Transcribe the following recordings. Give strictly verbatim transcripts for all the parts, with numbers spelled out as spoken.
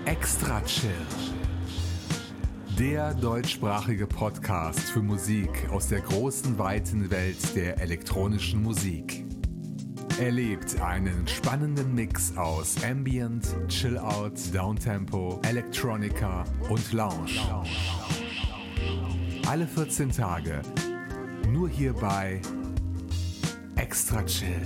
Extra Chill. Der deutschsprachige Podcast für Musik aus der großen, weiten Welt der elektronischen Musik. Erlebt einen spannenden Mix aus Ambient, Chill-Out, Downtempo, Electronica und Lounge. Alle vierzehn Tage, nur hier bei Extra Chill.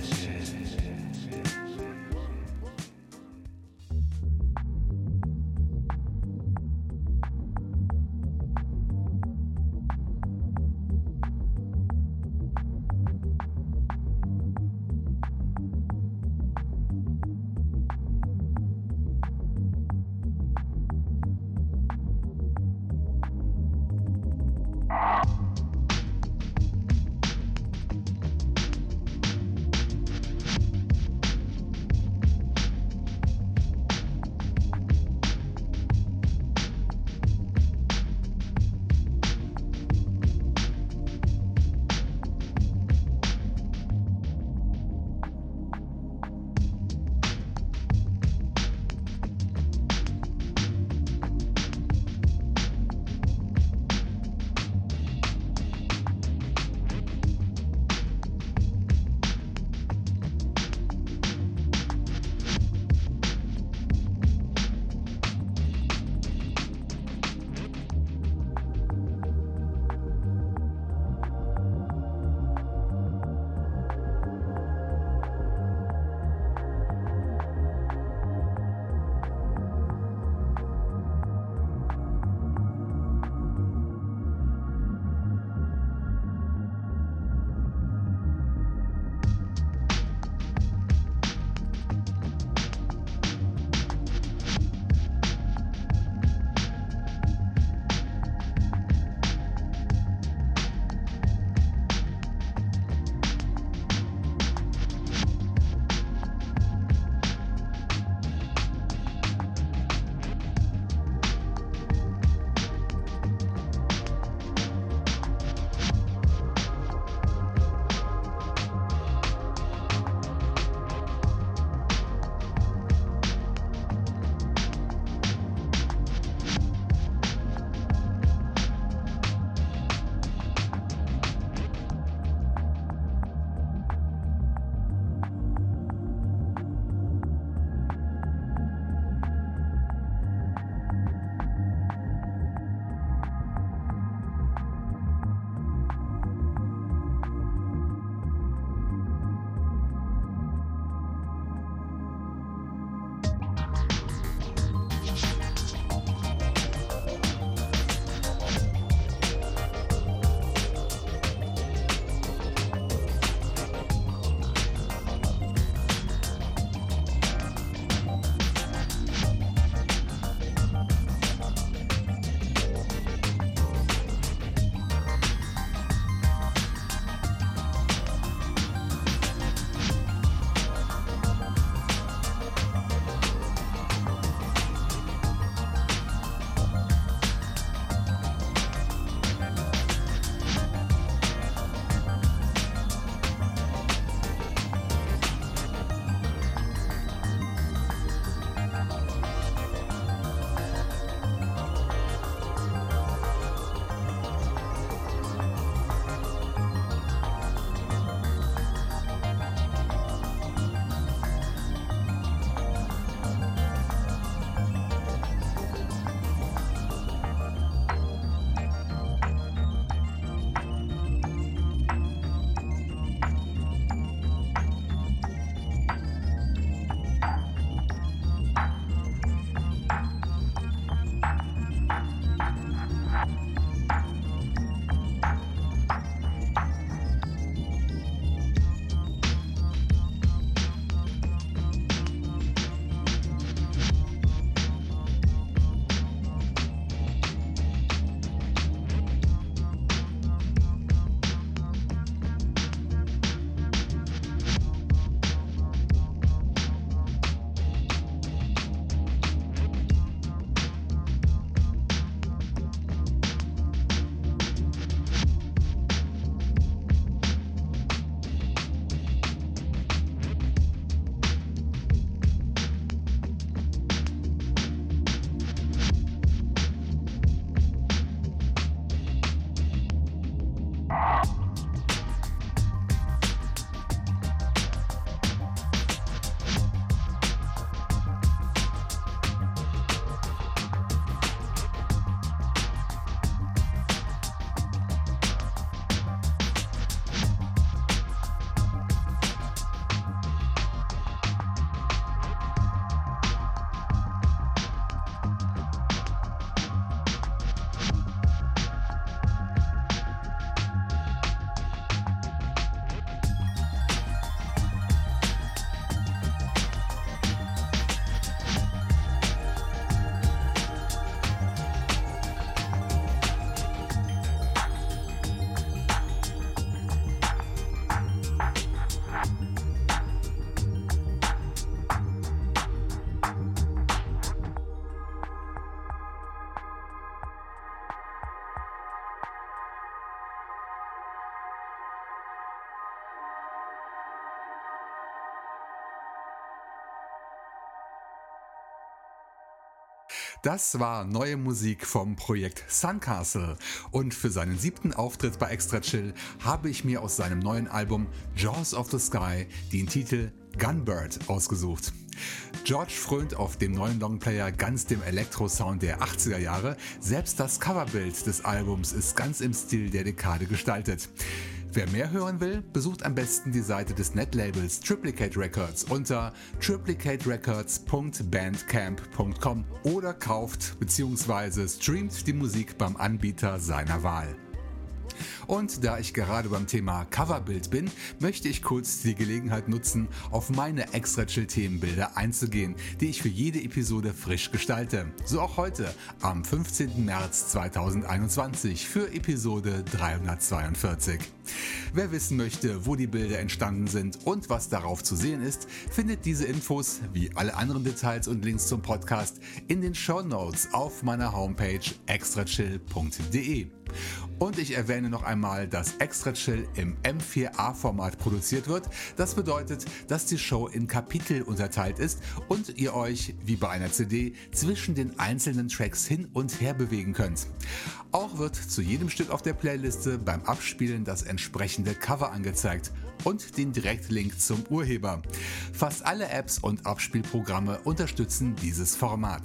Das war neue Musik vom Projekt Suncastle und für seinen siebten Auftritt bei Extra Chill habe ich mir aus seinem neuen Album Jaws of the Sky den Titel Gunbird ausgesucht. George frönt auf dem neuen Longplayer ganz dem Elektro-Sound der achtziger Jahre, selbst das Coverbild des Albums ist ganz im Stil der Dekade gestaltet. Wer mehr hören will, besucht am besten die Seite des Netlabels Triplicate Records unter triplicate records punkt bandcamp punkt com oder kauft bzw. streamt die Musik beim Anbieter seiner Wahl. Und da ich gerade beim Thema Coverbild bin, möchte ich kurz die Gelegenheit nutzen, auf meine extra chill Themenbilder einzugehen, die ich für jede Episode frisch gestalte. So auch heute, am fünfzehnten März zweitausendeinundzwanzig für Episode dreihundertzweiundvierzig. Wer wissen möchte, wo die Bilder entstanden sind und was darauf zu sehen ist, findet diese Infos, wie alle anderen Details und Links zum Podcast, in den Shownotes auf meiner Homepage extra chill punkt de. Und ich erwähne noch einmal, dass Extra Chill im M vier A Format produziert wird. Das bedeutet, dass die Show in Kapitel unterteilt ist und ihr euch, wie bei einer C D, zwischen den einzelnen Tracks hin und her bewegen könnt. Auch wird zu jedem Stück auf der Playliste beim Abspielen das entsprechende Cover angezeigt und den Direktlink zum Urheber. Fast alle Apps und Abspielprogramme unterstützen dieses Format.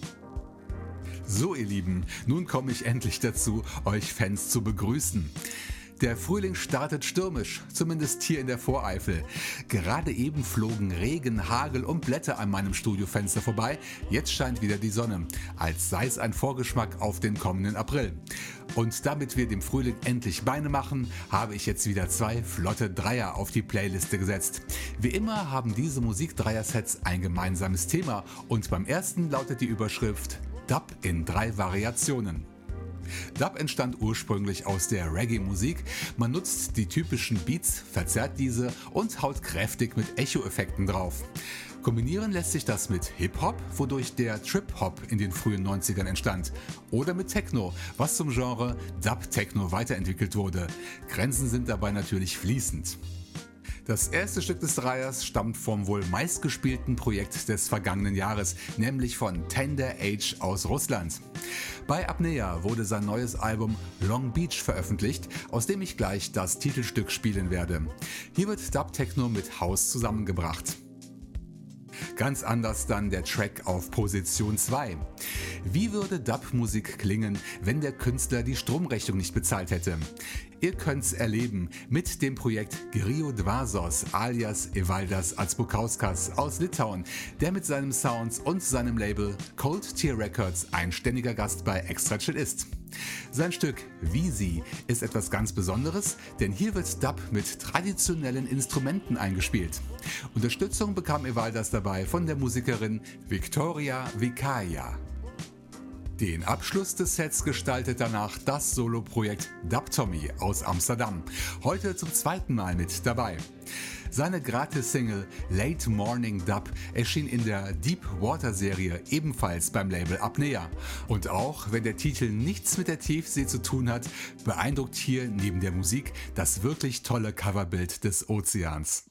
So ihr Lieben, nun komme ich endlich dazu, euch Fans zu begrüßen. Der Frühling startet stürmisch, zumindest hier in der Voreifel. Gerade eben flogen Regen, Hagel und Blätter an meinem Studiofenster vorbei. Jetzt scheint wieder die Sonne, als sei es ein Vorgeschmack auf den kommenden April. Und damit wir dem Frühling endlich Beine machen, habe ich jetzt wieder zwei flotte Dreier auf die Playliste gesetzt. Wie immer haben diese Musik-Dreier-Sets ein gemeinsames Thema und beim ersten lautet die Überschrift Dub in drei Variationen. Dub entstand ursprünglich aus der Reggae-Musik. Man nutzt die typischen Beats, verzerrt diese und haut kräftig mit Echo-Effekten drauf. Kombinieren lässt sich das mit Hip-Hop, wodurch der Trip-Hop in den frühen neunzigern entstand. Oder mit Techno, was zum Genre Dub-Techno weiterentwickelt wurde. Grenzen sind dabei natürlich fließend. Das erste Stück des Dreiers stammt vom wohl meistgespielten Projekt des vergangenen Jahres, nämlich von Tender Age aus Russland. Bei Apnea wurde sein neues Album Long Beach veröffentlicht, aus dem ich gleich das Titelstück spielen werde. Hier wird Dub-Techno mit House zusammengebracht. Ganz anders dann der Track auf Position zwei. Wie würde Dub-Musik klingen, wenn der Künstler die Stromrechnung nicht bezahlt hätte? Ihr könnt's erleben mit dem Projekt Grijo Dvasos alias Evaldas Atspukauskas aus Litauen, der mit seinem Sounds und seinem Label Cold Tear Records ein ständiger Gast bei Extra Chill ist. Sein Stück Visi ist etwas ganz Besonderes, denn hier wird Dub mit traditionellen Instrumenten eingespielt. Unterstützung bekam Evaldas dabei von der Musikerin Victoria Vikaya. Den Abschluss des Sets gestaltet danach das Soloprojekt Dub Tommy aus Amsterdam, heute zum zweiten Mal mit dabei. Seine Gratis-Single Late Morning Dub erschien in der Deep Water Serie ebenfalls beim Label Apnea. Und auch wenn der Titel nichts mit der Tiefsee zu tun hat, beeindruckt hier neben der Musik das wirklich tolle Coverbild des Ozeans.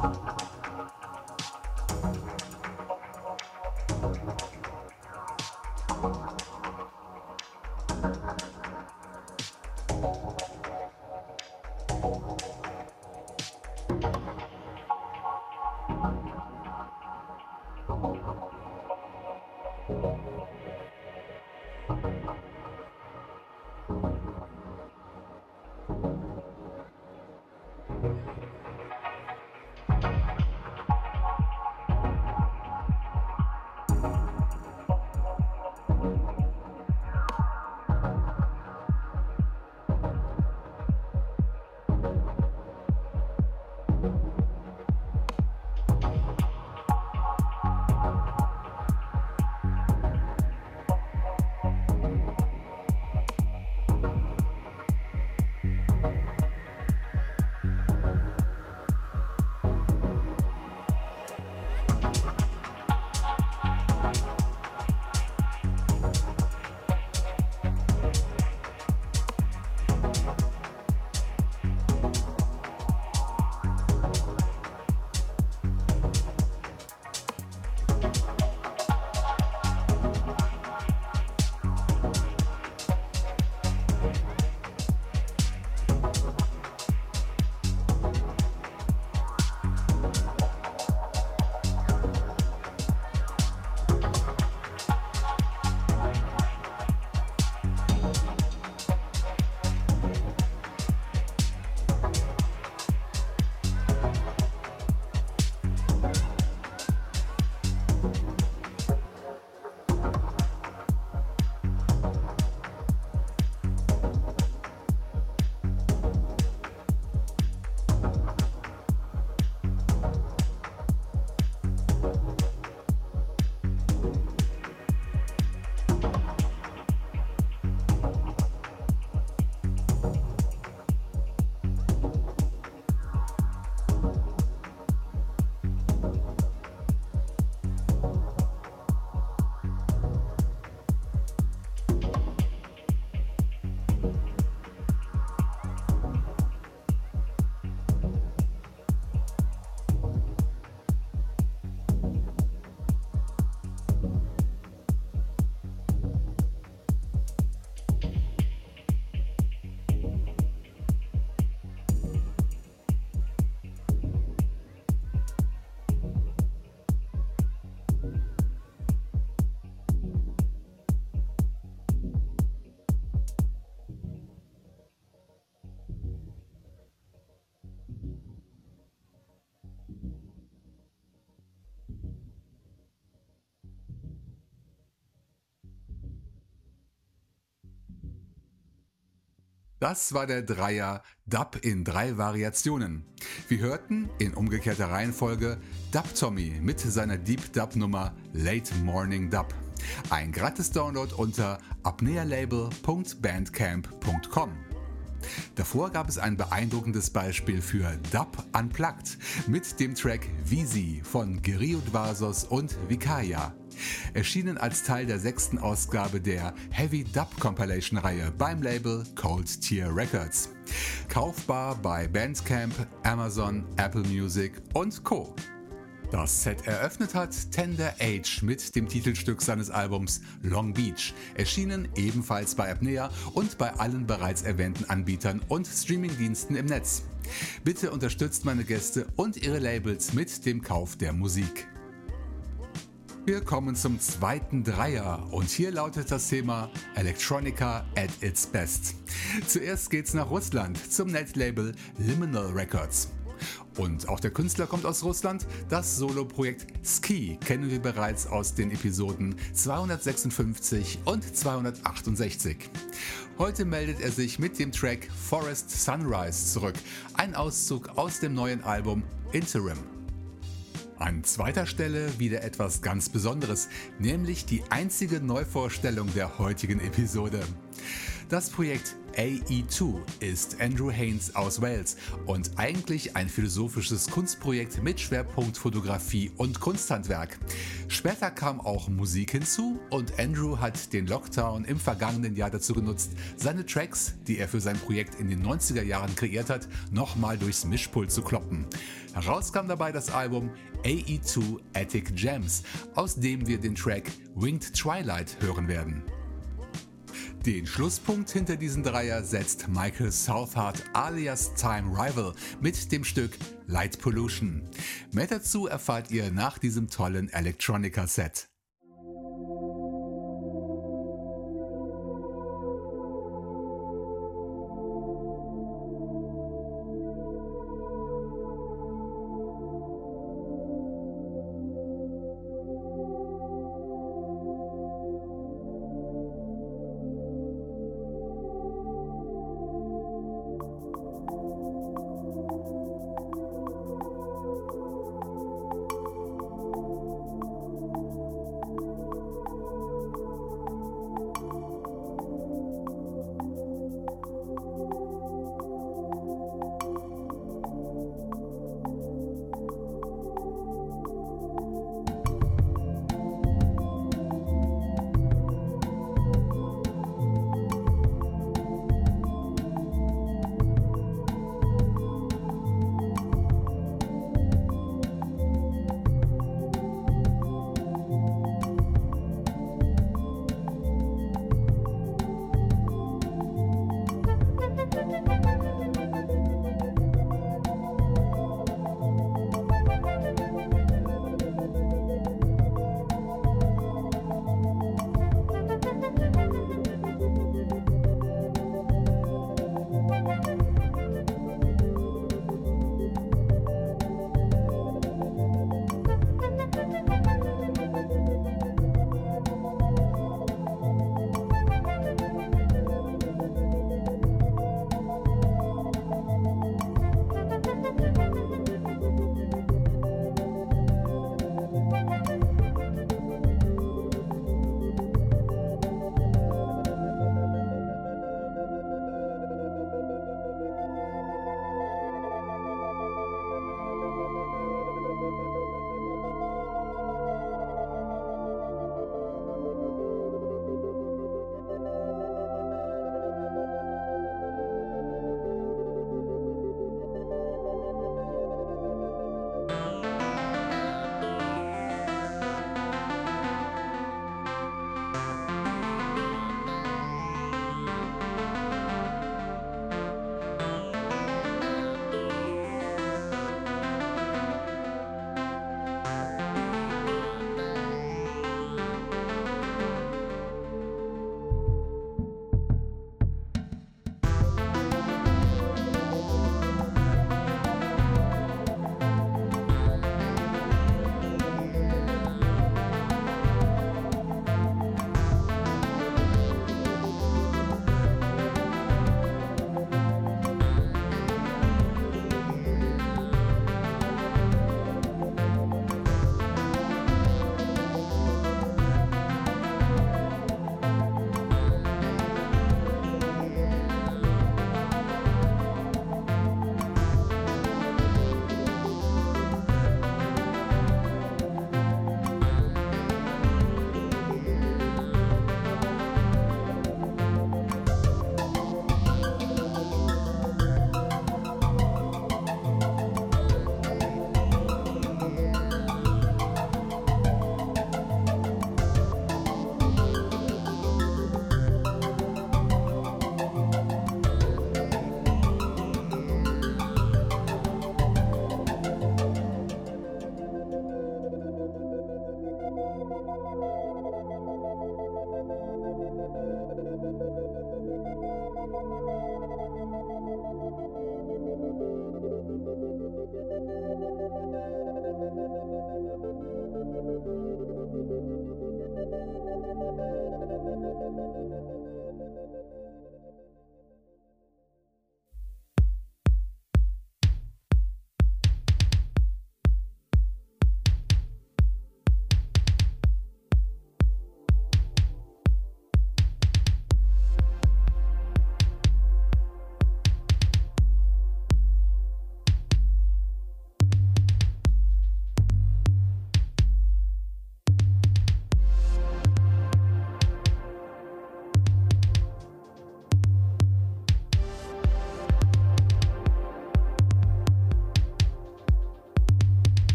Das war der Dreier Dub in drei Variationen. Wir hörten in umgekehrter Reihenfolge Dub Tommy mit seiner Deep Dub Nummer Late Morning Dub. Ein gratis Download unter apnealabel punkt bandcamp punkt com. Davor gab es ein beeindruckendes Beispiel für Dub Unplugged mit dem Track Visi von Geriud Vasos und Vikaya. Erschienen als Teil der sechsten Ausgabe der Heavy Dub Compilation Reihe beim Label Cold Tier Records. Kaufbar bei Bandcamp, Amazon, Apple Music und Co. Das Set eröffnet hat Tender Age mit dem Titelstück seines Albums Long Beach, erschienen ebenfalls bei Apnea und bei allen bereits erwähnten Anbietern und Streamingdiensten im Netz. Bitte unterstützt meine Gäste und ihre Labels mit dem Kauf der Musik. Wir kommen zum zweiten Dreier und hier lautet das Thema Electronica at its best. Zuerst geht's nach Russland zum Netlabel Liminal Records. Und auch der Künstler kommt aus Russland. Das Soloprojekt Ski kennen wir bereits aus den Episoden zweihundertsechsundfünfzig und zweihundertachtundsechzig. Heute meldet er sich mit dem Track Forest Sunrise zurück, ein Auszug aus dem neuen Album Interim. An zweiter Stelle wieder etwas ganz Besonderes, nämlich die einzige Neuvorstellung der heutigen Episode. Das Projekt A E zwei ist Andrew Haynes aus Wales und eigentlich ein philosophisches Kunstprojekt mit Schwerpunkt Fotografie und Kunsthandwerk. Später kam auch Musik hinzu und Andrew hat den Lockdown im vergangenen Jahr dazu genutzt, seine Tracks, die er für sein Projekt in den neunziger Jahren kreiert hat, nochmal durchs Mischpult zu kloppen. Heraus kam dabei das Album A E zwei Attic Gems, aus dem wir den Track Winged Twilight hören werden. Den Schlusspunkt hinter diesen Dreier setzt Michael Southard alias Time Rival mit dem Stück Light Pollution. Mehr dazu erfahrt ihr nach diesem tollen Electronica-Set.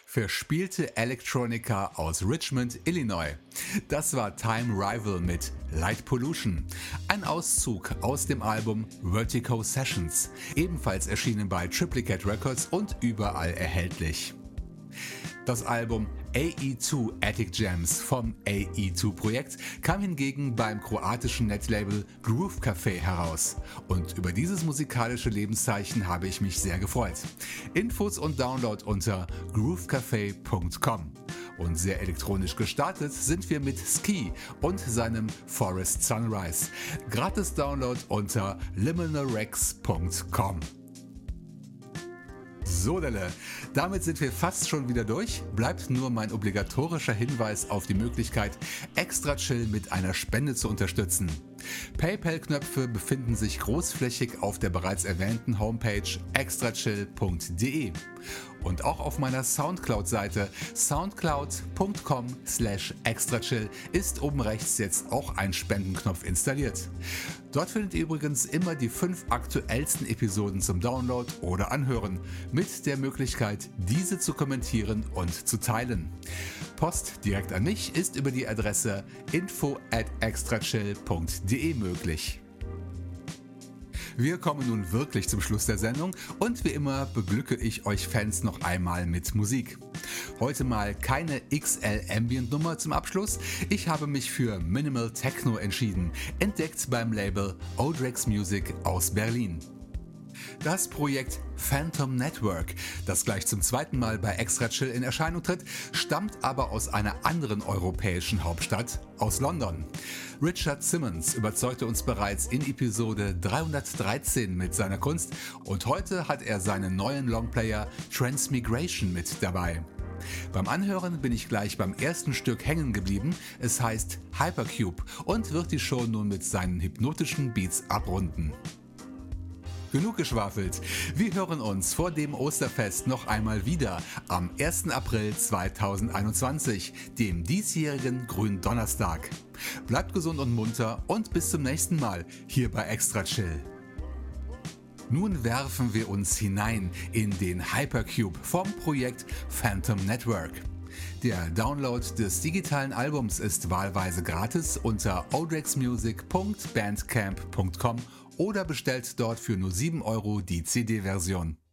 Verspielte Electronica aus Richmond, Illinois. Das war Time Rival mit Light Pollution. Ein Auszug aus dem Album Vertigo Sessions, ebenfalls erschienen bei Triplicate Records und überall erhältlich. Das Album A E zwei Attic Jams vom A E zwei Projekt kam hingegen beim kroatischen Netlabel Groove Café heraus. Und über dieses musikalische Lebenszeichen habe ich mich sehr gefreut. Infos und Download unter groove cafe punkt com. Und sehr elektronisch gestartet sind wir mit Ski und seinem Forest Sunrise. Gratis Download unter liminal rex punkt com. So, Lelle, damit sind wir fast schon wieder durch. Bleibt nur mein obligatorischer Hinweis auf die Möglichkeit, Extra Chill mit einer Spende zu unterstützen. PayPal-Knöpfe befinden sich großflächig auf der bereits erwähnten Homepage extra chill punkt de und auch auf meiner Soundcloud-Seite soundcloud punkt com slash extrachill ist oben rechts jetzt auch ein Spendenknopf installiert. Dort findet ihr übrigens immer die fünf aktuellsten Episoden zum Download oder Anhören, mit der Möglichkeit, diese zu kommentieren und zu teilen. Post direkt an mich ist über die Adresse info at extrachill punkt de möglich. Wir kommen nun wirklich zum Schluss der Sendung und wie immer beglücke ich euch Fans noch einmal mit Musik. Heute mal keine X L Ambient Nummer zum Abschluss. Ich habe mich für Minimal Techno entschieden, entdeckt beim Label Odrex Music aus Berlin. Das Projekt Phantom Network, das gleich zum zweiten Mal bei Extra Chill in Erscheinung tritt, stammt aber aus einer anderen europäischen Hauptstadt, aus London. Richard Simmons überzeugte uns bereits in Episode dreihundertdreizehn mit seiner Kunst und heute hat er seinen neuen Longplayer Transmigration mit dabei. Beim Anhören bin ich gleich beim ersten Stück hängen geblieben, es heißt Hypercube und wird die Show nun mit seinen hypnotischen Beats abrunden. Genug geschwafelt. Wir hören uns vor dem Osterfest noch einmal wieder am ersten April zweitausendeinundzwanzig, dem diesjährigen Gründonnerstag. Bleibt gesund und munter und bis zum nächsten Mal hier bei Extra Chill. Nun werfen wir uns hinein in den Hypercube vom Projekt Phantom Network. Der Download des digitalen Albums ist wahlweise gratis unter odrexmusic punkt bandcamp punkt com oder bestellt dort für nur sieben Euro die C D-Version.